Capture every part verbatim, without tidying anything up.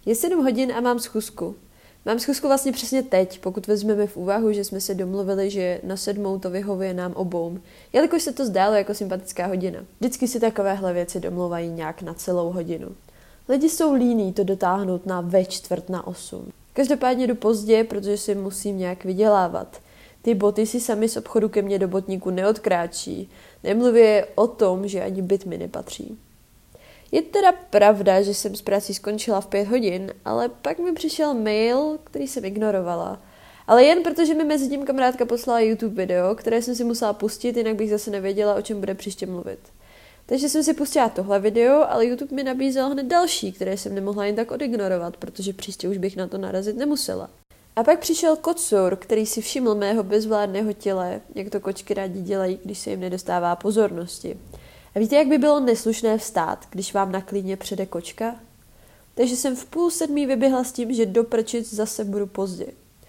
Je sedm hodin a mám schůzku. Mám schůzku vlastně přesně teď, pokud vezmeme v úvahu, že jsme se domluvili, že na sedmou to vyhovuje nám obou, jelikož se to zdálo jako sympatická hodina. Vždycky si takovéhle věci domluvají nějak na celou hodinu. Lidi jsou líní to dotáhnout na ve čtvrt na osm. Každopádně jdu pozdě, protože si musím nějak vydělávat. Ty boty si sami z obchodu ke mně do botníku neodkráčí. Nemluvě o tom, že ani byt mi nepatří. Je teda pravda, že jsem s prací skončila v pět hodin, ale pak mi přišel mail, který jsem ignorovala. Ale jen protože mi mezi tím kamarádka poslala YouTube video, které jsem si musela pustit, jinak bych zase nevěděla, o čem bude příště mluvit. Takže jsem si pustila tohle video, ale YouTube mi nabízel hned další, které jsem nemohla jen tak odignorovat, protože příště už bych na to narazit nemusela. A pak přišel kocour, který si všiml mého bezvládného těla, jak to kočky rádi dělají, když se jim nedostává pozornosti. A víte, jak by bylo neslušné vstát, když vám na klíně přede kočka? Takže jsem v půl sedmí vyběhla s tím, že do prčic zase budu pozdě.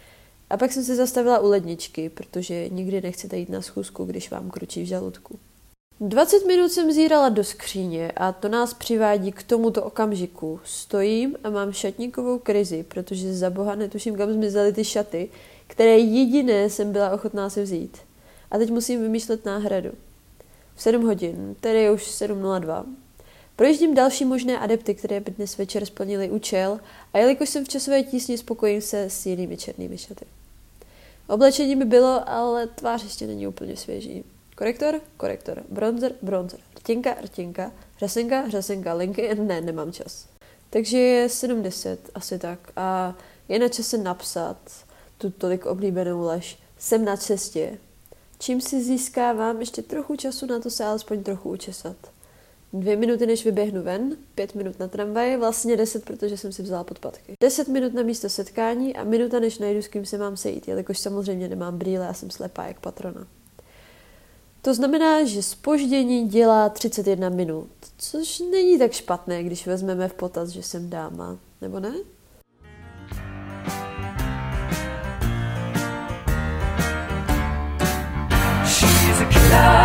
A pak jsem se zastavila u ledničky, protože nikdy nechcete jít na schůzku, když vám kručí v žaludku. dvacet minut jsem zírala do skříně a to nás přivádí k tomuto okamžiku. Stojím a mám šatníkovou krizi, protože za boha netuším, kam zmizely ty šaty, které jediné jsem byla ochotná si vzít. A teď musím vymýšlet náhradu. V sedm hodin, tedy je už sedm nula dva. Projíždím další možné adepty, které by dnes večer splnili účel a jelikož jsem v časové tísni, spokojím se s jinými černými šaty. Oblečení by bylo, ale tvář ještě není úplně svěží. Korektor? Korektor. Bronzer? Bronzer. Rtěnka? Rtěnka. Řasenka? Řasenka. Linky? Ne, nemám čas. Takže je sedm deset, asi tak. A je na čase napsat tu tolik oblíbenou lež. Jsem na cestě. Čím si získávám ještě trochu času na to se alespoň trochu učesat. Dvě minuty, než vyběhnu ven, pět minut na tramvaj, vlastně deset, protože jsem si vzala podpatky. Deset minut na místo setkání a minuta, než najdu, s kým se mám sejít, jelikož samozřejmě nemám brýle a jsem slepá jak patrona. To znamená, že zpoždění dělá třicet jedna minut, což není tak špatné, když vezmeme v potaz, že jsem dáma, nebo ne? She's a killer.